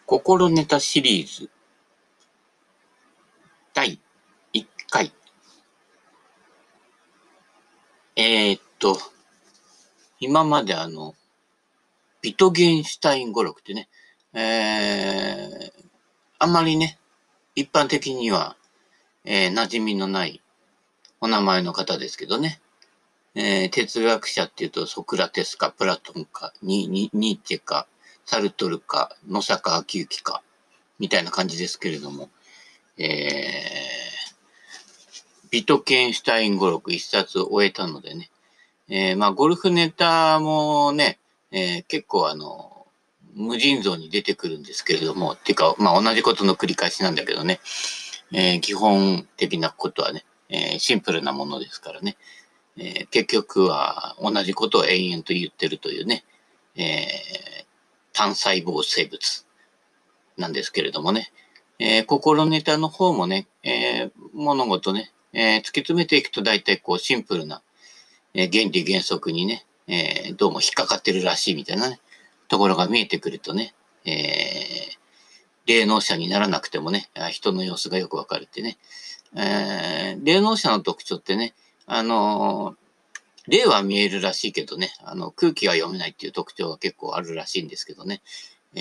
心ネタシリーズ第1回。今までビトゲンシュタイン語録ってね、あんまりね、一般的には、馴染みのないお名前の方ですけどね、哲学者っていうとソクラテスかプラトンかニーチェかサルトルか野坂昭之かみたいな感じですけれども、ビトゲンシュタイン語録一冊終えたのでね、ゴルフネタもね、結構無尽蔵に出てくるんですけれども、っていうか、同じことの繰り返しなんだけどね、基本的なことはね、シンプルなものですからね、結局は同じことを延々と言ってるというね、単細胞生物なんですけれどもね、心ネタの方もね、物事ね、突き詰めていくと大体こうシンプルな、原理原則にね、どうも引っかかってるらしいみたいなね、ところが見えてくるとね、霊能者にならなくてもね、人の様子がよくわかるってね、霊能者の特徴ってね、霊は見えるらしいけどね、空気が読めないっていう特徴が結構あるらしいんですけどね、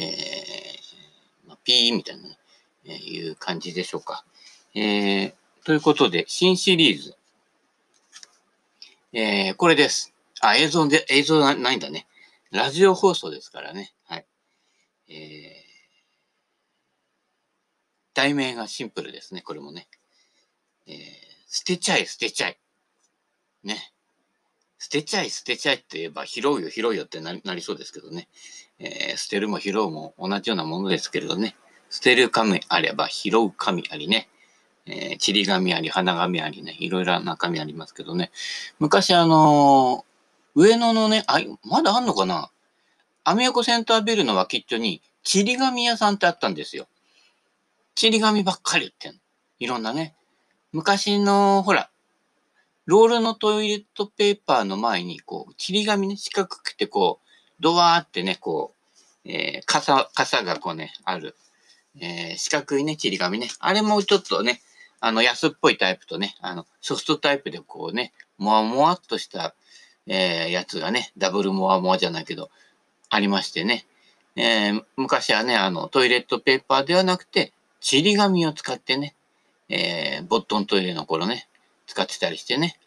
ピーみたいな、ね、いう感じでしょうか。ということで、新シリーズ。これです。映像ないんだね。ラジオ放送ですからね。はい。題名がシンプルですね、これもね。捨てちゃえ、捨てちゃえ。ね。捨てちゃえ、捨てちゃえって言えば、拾うよ、拾うよってなりそうですけどね。捨てるも拾うも同じようなものですけれどね。捨てる神あれば拾う神ありね。ちり紙あり、花紙ありね。いろいろな紙ありますけどね。昔上野のね、まだあんのかな、アメ横センタービルの脇っちょに、ちり紙屋さんってあったんですよ。ちり紙ばっかり売ってんの。いろんなね。昔の、ほら、ロールのトイレットペーパーの前に、こう、ちり紙ね、四角くて、こう、ドワーってね、こう、傘がこうね、ある。四角いね、ちり紙ね。あれもちょっとね、安っぽいタイプとね、ソフトタイプでこうね、もわもわっとした、やつがね、ダブルもわもわじゃないけど、ありましてね。昔はね、トイレットペーパーではなくて、ちり紙を使ってね、ボットントイレの頃ね、使ってたりしてね。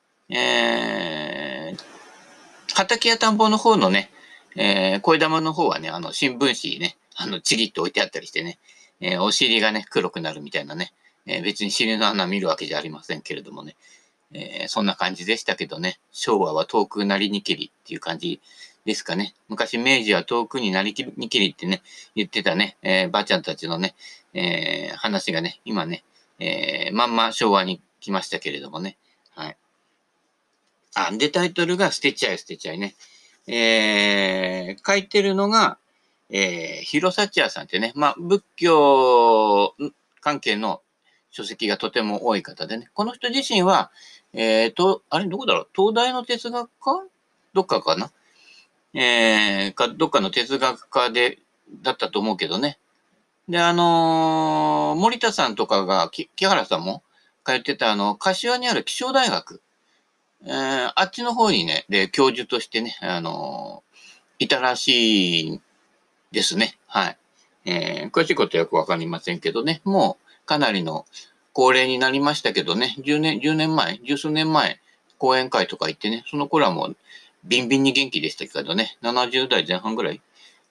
畑や田んぼの方のね、小玉の方はね、新聞紙ね、ちぎって置いてあったりしてね、お尻がね、黒くなるみたいなね、別に尻の穴見るわけじゃありませんけれどもね、そんな感じでしたけどね、昭和は遠くなりにけりっていう感じですかね。昔明治は遠くになりにけりってね、言ってたね、ばあちゃんたちのね、話がね、今ね、まんま昭和に来ましたけれどもね。はい。で、タイトルが捨てちゃえ、捨てちゃえね。書いてるのが、広幸屋さんってね、仏教関係の書籍がとても多い方でね、この人自身は、あれ、どこだろう、東大の哲学科どっかかな、どっかの哲学科だったと思うけどね。で、森田さんとかが、木原さんも通ってた、柏にある気象大学、あっちの方にね、で、教授としてね、いたらしいですね。はい。詳しいことはよくわかりませんけどね、もうかなりの高齢になりましたけどね、10年前、十数年前、講演会とか行ってね、その頃はもう、ビンビンに元気でしたけどね、70代前半ぐらい、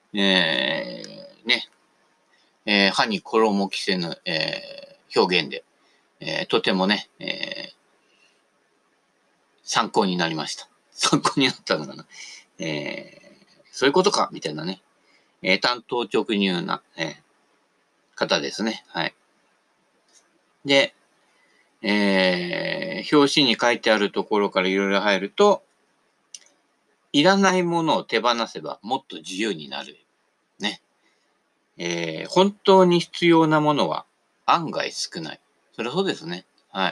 ね、歯に衣着せぬ、表現で、とてもね、参考になりました。参考になったのかな。そういうことか、みたいなね。単刀直入な、方ですね。はい。で、表紙に書いてあるところからいろいろ入ると、いらないものを手放せばもっと自由になる。ね。本当に必要なものは案外少ない。それはそうですね。はい。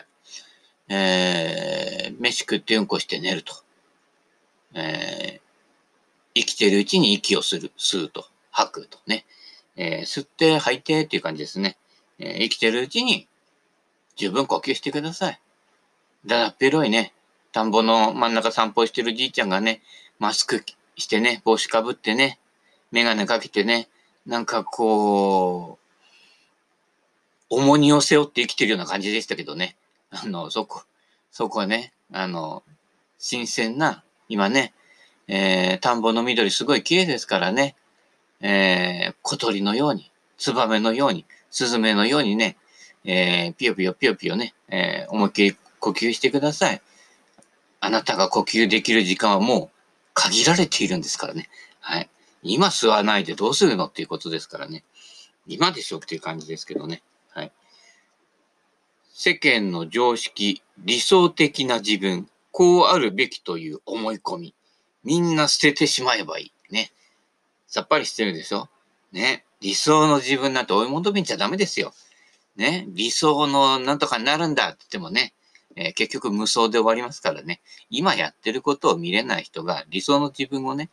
飯食ってうんこして寝ると。生きてるうちに息を吸うと、吐くとね。 吸って吐いてっていう感じですね。生きてるうちに十分呼吸してください。だだっぺろいね、田んぼの真ん中散歩してるじいちゃんがね、マスクしてね、帽子かぶってね、メガネかけてね、なんかこう、重荷を背負って生きてるような感じでしたけどね。そこはね、新鮮な、今ね、田んぼの緑すごい綺麗ですからね、小鳥のように、ツバメのように、スズメのようにね、ピヨピヨピヨピヨね、思いっきり呼吸してください。あなたが呼吸できる時間はもう限られているんですからね。はい。今吸わないでどうするのっていうことですからね。今でしょっていう感じですけどね。はい。世間の常識、理想的な自分、こうあるべきという思い込み。みんな捨ててしまえばいい。ね。さっぱりしてるでしょね。理想の自分なんて追い求めちゃダメですよ。ね。理想のなんとかになるんだって言ってもね、結局無双で終わりますからね。今やってることを見れない人が理想の自分をね、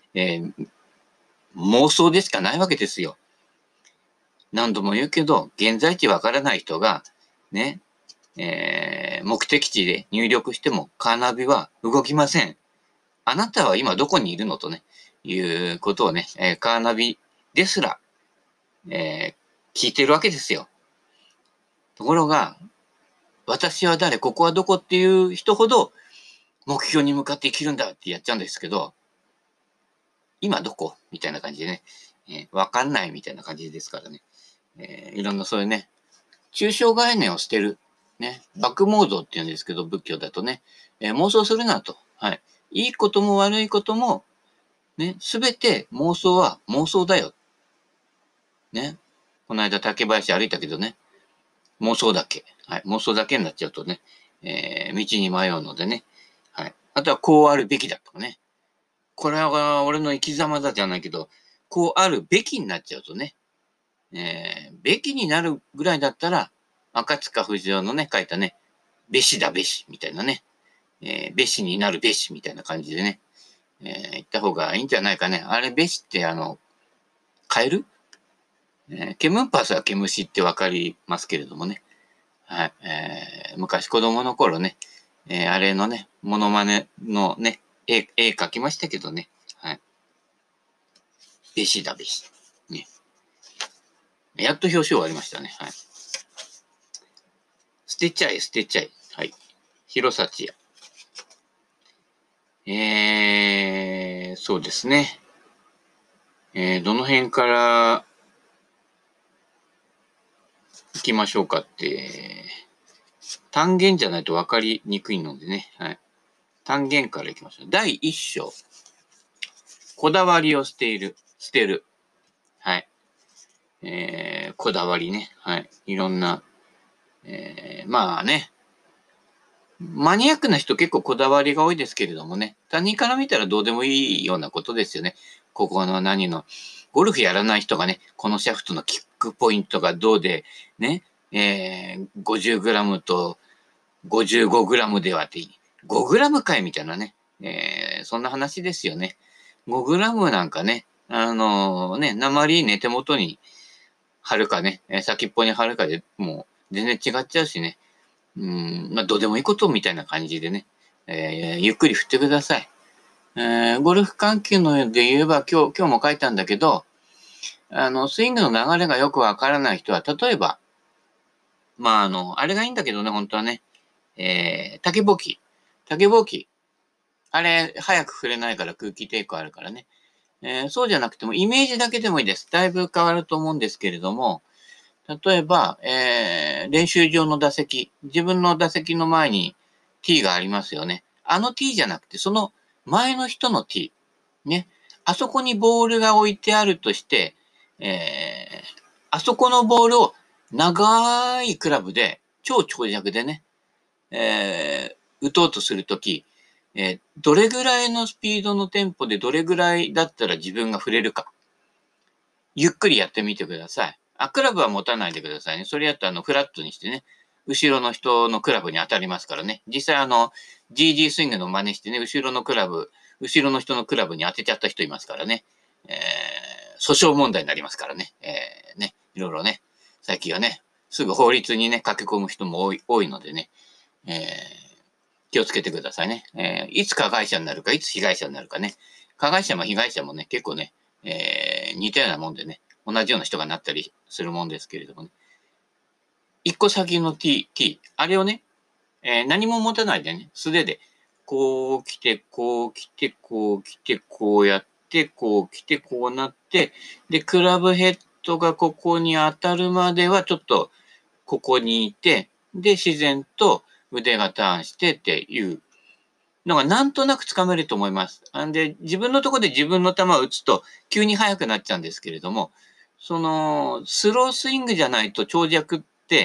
妄想でしかないわけですよ。何度も言うけど、現在地わからない人が、ね、目的地で入力してもカーナビは動きません。あなたは今どこにいるのとね、いうことをね、カーナビですら、聞いてるわけですよ。ところが、私は誰、ここはどこっていう人ほど目標に向かって生きるんだってやっちゃうんですけど、今どこみたいな感じでね、わかんないみたいな感じですからね。いろんなそういうね、抽象概念を捨てる。ね、バクモードって言うんですけど、仏教だとね、妄想するなと。はい。いいことも悪いことも、ね、すべて妄想は妄想だよ。ね。この間竹林歩いたけどね、妄想だけ。はい。妄想だけになっちゃうとね、道に迷うのでね。はい。あとはこうあるべきだとかね。これは俺の生き様だじゃないけど、こうあるべきになっちゃうとね、べきになるぐらいだったら、赤塚不二夫のね、書いたね、べしだべし、みたいなね、べしになるべし、みたいな感じでね、言った方がいいんじゃないかね。あれ、べしってカエルケムンパスは毛虫ってわかりますけれどもね。はい。昔子供の頃ね、あれのね、モノマネのね、絵描きましたけどね。はい。べしだべし。ね。やっと表紙終わりましたね。はい。捨てちゃえ、捨てちゃえ。はい。広幸也。そうですね。どの辺から行きましょうかって、単元じゃないと分かりにくいのでね。はい。単元から行きましょう。第一章。こだわりを捨てる。はい。こだわりね。はい。いろんな、まあね。マニアックな人結構こだわりが多いですけれどもね。他人から見たらどうでもいいようなことですよね。ここの何の。ゴルフやらない人がね、このシャフトのキックポイントがどうで、ね、50g と55グラムではっていい。5グラムかいみたいなね。そんな話ですよね。5グラムなんかね、鉛ね、手元に貼るかね、先っぽに貼るかでもう全然違っちゃうしね。まあ、どうでもいいことみたいな感じでね、ゆっくり振ってください。ゴルフ関係ので言えば今日も書いたんだけど、スイングの流れがよくわからない人は、例えば、まあ、あれがいいんだけどね、本当はね、竹ぼうき。竹ぼうき。あれ、早く振れないから空気抵抗あるからね。そうじゃなくても、イメージだけでもいいです。だいぶ変わると思うんですけれども、例えば、練習場の打席、自分の打席の前に T がありますよね。あの T じゃなくて、その前の人の T。ね。あそこにボールが置いてあるとして、あそこのボールを長いクラブで、超長尺でね、打とうとするとき、どれぐらいのスピードのテンポでどれぐらいだったら自分が振れるか。ゆっくりやってみてください。クラブは持たないでくださいね。それやったらフラットにしてね、後ろの人のクラブに当たりますからね。実際GG スイングの真似してね、後ろの人のクラブに当てちゃった人いますからね。 訴訟問題になりますからね。いろいろね、最近はね、すぐ法律にね、駆け込む人も多いのでね、気をつけてくださいね。いつ加害者になるか、いつ被害者になるかね。加害者も被害者もね、結構ね、似たようなもんでね、同じような人がなったりするもんですけれどもね。一個先の T、あれをね、何も持たないでね、素手で、こう来て、こう来て、こう来て、こうやって、こう来て、こうなって、で、クラブヘッドがここに当たるまでは、ちょっと、ここにいて、で、自然と腕がターンしてっていうのがなんとなくつかめると思います。んで、自分のところで自分の球を打つと急に速くなっちゃうんですけれども、その、スロースイングじゃないと長尺って、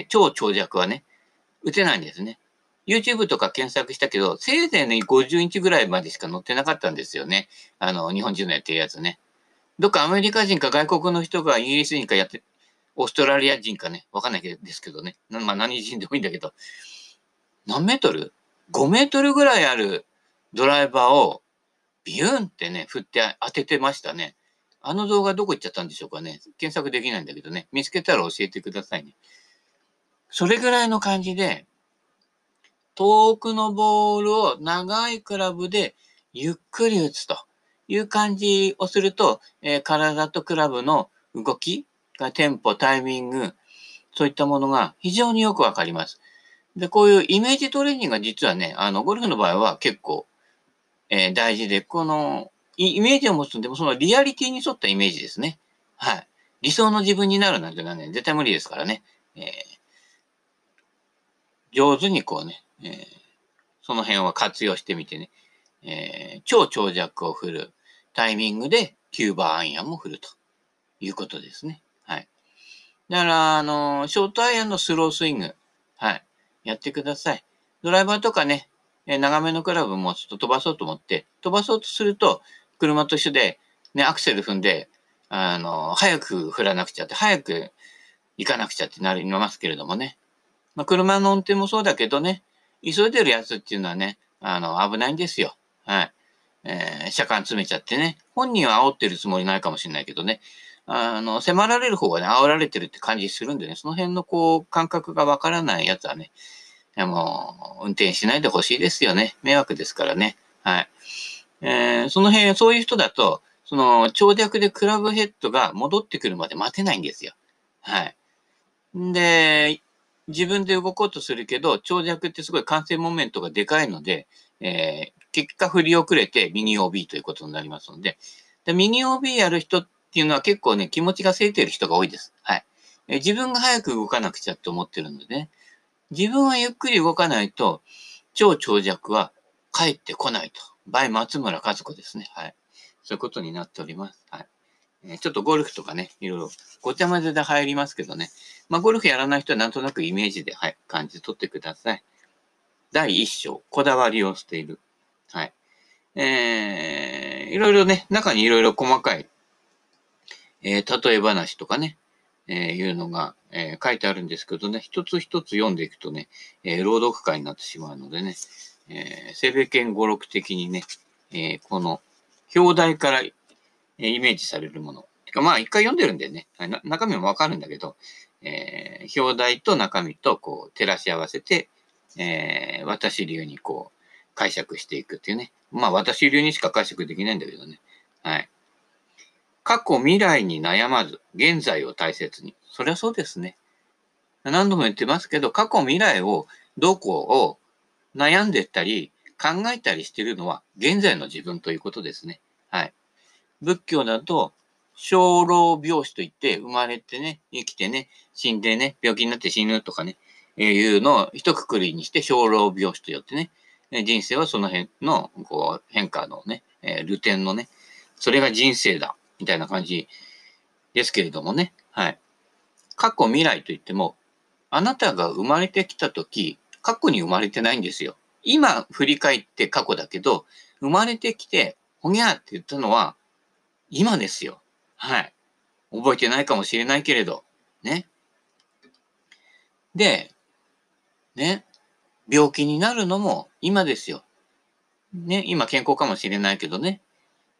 超長尺はね、打てないんですね。YouTube とか検索したけど、せいぜいね、50インチぐらいまでしか載ってなかったんですよね。日本人のやってるやつね。どっかアメリカ人か外国の人がイギリス人かやって、オーストラリア人かね、わかんないですけどね。まあ何人でもいいんだけど、何メートル ?5 メートルぐらいあるドライバーをビューンってね、振って当ててましたね。あの動画どこ行っちゃったんでしょうかね。検索できないんだけどね。見つけたら教えてくださいね。それぐらいの感じで、遠くのボールを長いクラブでゆっくり打つという感じをすると、体とクラブの動きがテンポ、タイミング、そういったものが非常によくわかります。で、こういうイメージトレーニングが実はね、ゴルフの場合は結構、大事で、このイメージを持つんでも、そのリアリティに沿ったイメージですね。はい。理想の自分になるなんてのはね、絶対無理ですからね。上手にこうね、その辺は活用してみてね、超長尺を振るタイミングで9番アイアンも振るということですね。はい。だから、ショートアイアンのスロースイング、はい、やってください。ドライバーとかね、長めのクラブもちょっと飛ばそうと思って、飛ばそうとすると、車と一緒で、ね、アクセル踏んで、早く振らなくちゃって、早く行かなくちゃってなりますけれどもね。まあ、車の運転もそうだけどね、急いでるやつっていうのはね、危ないんですよ。はい。車間詰めちゃってね。本人は煽ってるつもりないかもしれないけどね。迫られる方がね、煽られてるって感じするんでね、その辺のこう、感覚がわからないやつはね、もう、運転しないでほしいですよね。迷惑ですからね。はい。その辺、そういう人だと、その、長尺でクラブヘッドが戻ってくるまで待てないんですよ。はい。で、自分で動こうとするけど、長尺ってすごい完成モメントがでかいので、結果振り遅れて右 OB ということになりますので、右 OB やる人っていうのは結構ね、気持ちがせいている人が多いです。はい。自分が早く動かなくちゃって思ってるのでね、自分はゆっくり動かないと、超長尺は帰ってこないと。by 松村和子ですね。はい。そういうことになっております。はい。ちょっとゴルフとかね、いろいろごちゃ混ぜで入りますけどね。まあ、ゴルフやらない人はなんとなくイメージで、はい、感じ取ってください。第一章、こだわりを捨ている。はい。いろいろね、中にいろいろ細かい、例え話とかね、いうのが、書いてあるんですけどね、一つ一つ読んでいくとね、朗読会になってしまうのでね、セベケン語録的にね、この表題からイメージされるもの。てかまあ一回読んでるんでね、中身もわかるんだけど、表題と中身とこう照らし合わせて、私流にこう解釈していくっていうね。まあ私流にしか解釈できないんだけどね。はい。過去未来に悩まず、現在を大切に。そりゃそうですね。何度も言ってますけど、過去未来をどこを悩んでったり考えたりしてるのは現在の自分ということですね。はい。仏教だと、生老病死といって、生まれてね、生きてね、死んでね、病気になって死ぬとかね、いうのを一括りにして生老病死とよってね、人生はその辺のこう変化のね、流転のね、それが人生だ、みたいな感じですけれどもね。はい。過去未来といっても、あなたが生まれてきたとき、過去に生まれてないんですよ。今振り返って過去だけど、生まれてきて、ほにゃーって言ったのは、今ですよ。はい。覚えてないかもしれないけれど、ね。で、ね、病気になるのも今ですよ。ね、今健康かもしれないけどね。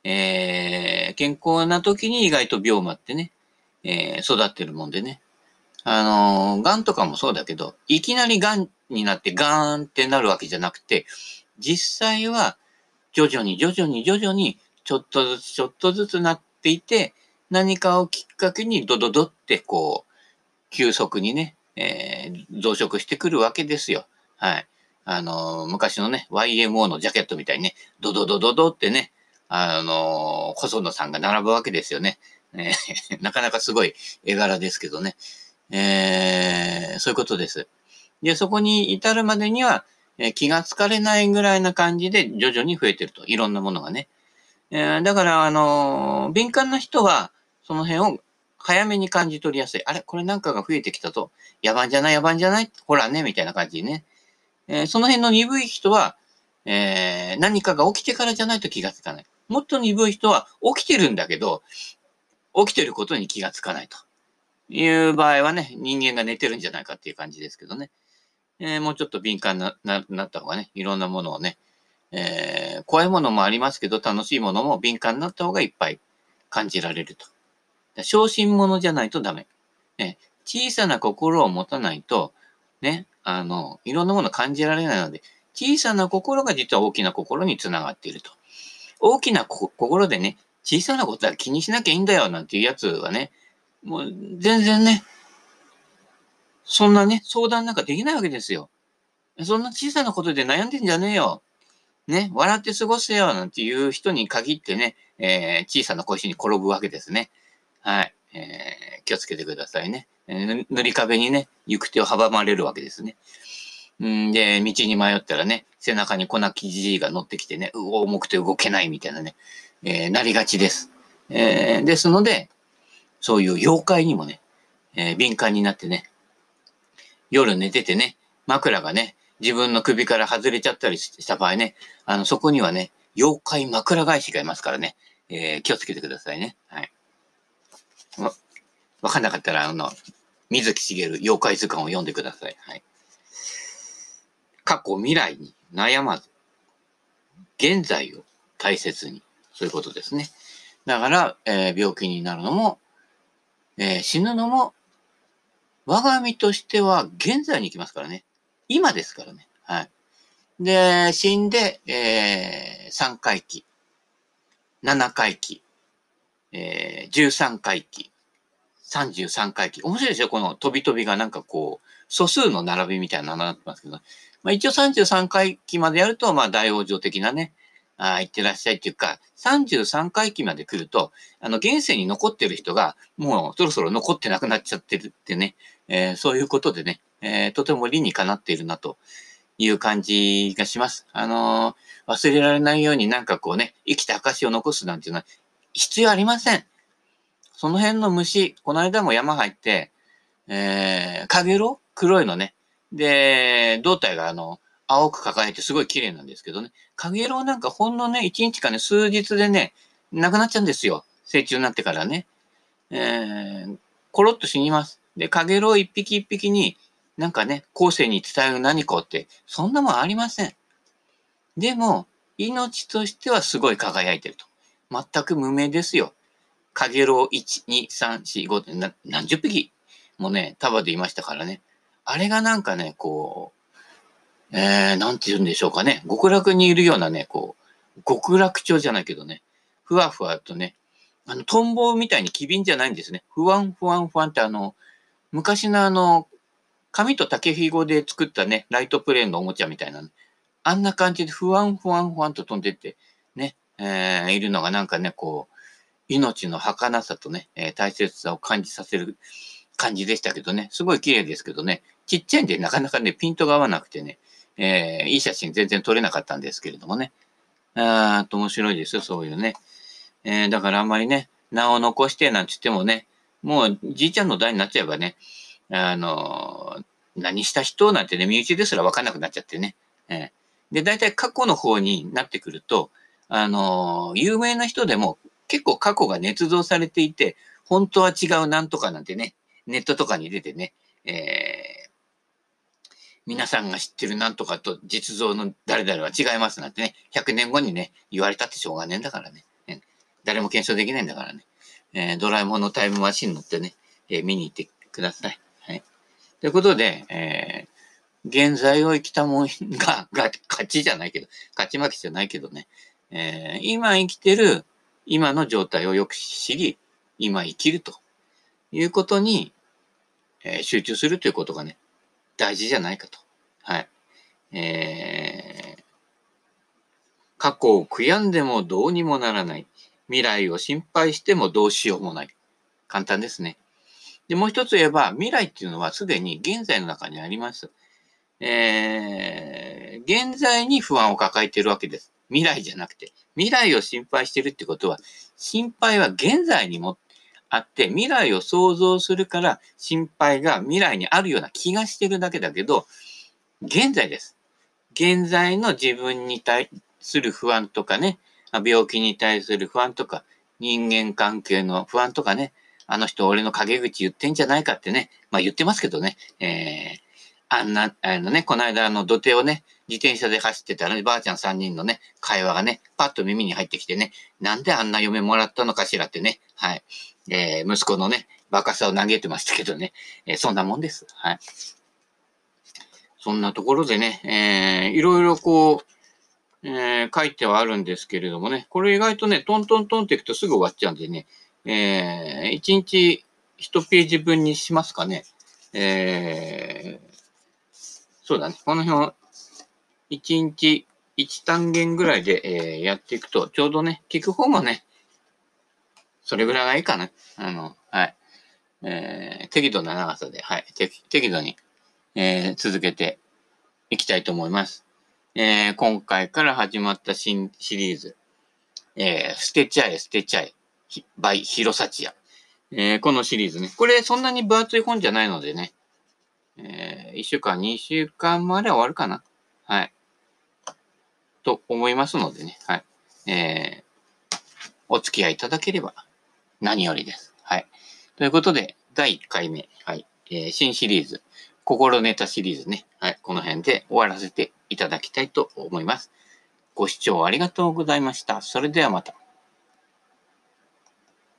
健康な時に意外と病魔ってね、育ってるもんでね。癌とかもそうだけど、いきなり癌になってガーンってなるわけじゃなくて、実際は徐々に徐々に徐々にちょっとずつちょっとずつなっていて、何かをきっかけにドドドってこう、急速にね、増殖してくるわけですよ。はい。昔のね、YMO のジャケットみたいにね、ドドドドドってね、細野さんが並ぶわけですよね。なかなかすごい絵柄ですけどね。そういうことです。で、そこに至るまでには、気がつかれないぐらいな感じで徐々に増えてると。いろんなものがね。だから、敏感な人は、その辺を早めに感じ取りやすい。あれこれなんかが増えてきたと。野蛮じゃない野蛮じゃないほらねみたいな感じでね。その辺の鈍い人は、何かが起きてからじゃないと気がつかない。もっと鈍い人は起きてるんだけど、起きてることに気がつかないという場合はね、人間が寝てるんじゃないかっていう感じですけどね。もうちょっと敏感なった方がね、いろんなものをね、怖いものもありますけど、楽しいものも敏感になった方がいっぱい感じられると。小心者じゃないとダメ。小さな心を持たないと、ね、いろんなものを感じられないので、小さな心が実は大きな心につながっていると。大きな心でね、小さなことは気にしなきゃいいんだよなんていうやつはね、もう全然ね、そんなね、相談なんかできないわけですよ。そんな小さなことで悩んでんじゃねえよ。ね、笑って過ごせよなんていう人に限ってね、小さな小石に転ぶわけですね。はい。気をつけてくださいね。塗り壁にね、行く手を阻まれるわけですね。で、道に迷ったらね、背中に粉木じいが乗ってきてね、重くて動けないみたいなね、なりがちです。ですので、そういう妖怪にもね、敏感になってね、夜寝ててね、枕がね、自分の首から外れちゃったりした場合ね、そこにはね、妖怪枕返しがいますからね、気をつけてくださいね。はい。わかんなかったら、水木しげる妖怪図鑑を読んでください。はい。過去未来に悩まず、現在を大切に。そういうことですね。だから、病気になるのも、死ぬのも、我が身としては現在に行きますからね。今ですからね。はい。で、死んで、3回忌、7回忌、13回忌、33回忌。面白いですよ、この飛び飛びがなんかこう、素数の並びみたいなのになってますけど、まあ一応33回忌までやると、まあ大往生的なね、行ってらっしゃいっていうか、33回忌まで来ると、現世に残ってる人が、もうそろそろ残ってなくなっちゃってるってね、そういうことでね、とても理にかなっているなという感じがします。忘れられないようになんかこうね、生きた証を残すなんていうのは必要ありません。その辺の虫、この間も山入って、カゲロウ黒いのね。で、胴体が青く輝いてすごい綺麗なんですけどね。カゲロウなんかほんのね、1日かね、数日でね、なくなっちゃうんですよ。成虫になってからね。コロッと死にます。で、カゲロウ一匹一匹に、なんかね、後世に伝える何かって、そんなもんありません。でも、命としてはすごい輝いてると。全く無名ですよ。カゲロウ1、2、3、4、5って何十匹もね、束でいましたからね。あれがなんかね、こう、なんて言うんでしょうかね。極楽にいるようなね、こう、極楽鳥じゃないけどね、ふわふわとね、トンボみたいに機敏じゃないんですね。ふわんふわんふわんって昔の紙と竹ひごで作ったね、ライトプレーンのおもちゃみたいな、あんな感じでふわんふわんふわんと飛んでって、ね、いるのがなんかね、こう、命の儚さとね、大切さを感じさせる感じでしたけどね、すごい綺麗ですけどね、ちっちゃいんでなかなかね、ピントが合わなくてね、いい写真全然撮れなかったんですけれどもね。面白いですよ、そういうね。だからあんまりね、名を残してなんて言ってもね、もうじいちゃんの代になっちゃえばね、何した人なんてね、身内ですら分かんなくなっちゃってね。で、大体過去の方になってくると、有名な人でも結構過去が捏造されていて、本当は違うなんとかなんてね、ネットとかに出てね、皆さんが知ってるなんとかと実像の誰々は違いますなんてね、100年後にね、言われたってしょうがねえんだからね。 誰も検証できないんだからね。ドラえもんのタイムマシン乗ってね、見に行ってください。はい。ということで、現在を生きたもんが勝ちじゃないけど、勝ち負けじゃないけどね、今生きてる今の状態をよく知り、今生きるということに、集中するということがね、大事じゃないかと。はい。過去を悔やんでもどうにもならない。未来を心配してもどうしようもない。簡単ですね。で、もう一つ言えば、未来っていうのはすでに現在の中にあります。現在に不安を抱えているわけです。未来じゃなくて。未来を心配しているってことは、心配は現在にもあって、未来を想像するから、心配が未来にあるような気がしてるだけだけど、現在です。現在の自分に対する不安とかね、病気に対する不安とか、人間関係の不安とかね、あの人俺の陰口言ってんじゃないかってね、言ってますけどね、この間土手をね、自転車で走ってたらね、ばあちゃん3人のね、会話がね、パッと耳に入ってきてね、なんであんな嫁もらったのかしらってね、はい。息子のね、バカさを嘆いてましたけどね、そんなもんです。はい。そんなところでね、いろいろこう、書いてはあるんですけれどもね、これ意外とね、トントントンっていくとすぐ終わっちゃうんでね、1日1ページ分にしますかね。そうだね。この辺を1日1単元ぐらいで、やっていくと、ちょうどね、聞く方もね、それぐらいがいいかな。はい。適度な長さで、はい。適度に、続けていきたいと思います。今回から始まった新シリーズ、捨てちゃえ、捨てちゃえ、by 広幸也。このシリーズね。これそんなに分厚い本じゃないのでね、1週間、2週間まで終わるかな。はい。と思いますのでね。はい。お付き合いいただければ何よりです。はい。ということで、第1回目。はい。新シリーズ、心ネタシリーズね。はい。この辺で終わらせていただきたいと思います。ご視聴ありがとうございました。それではまた。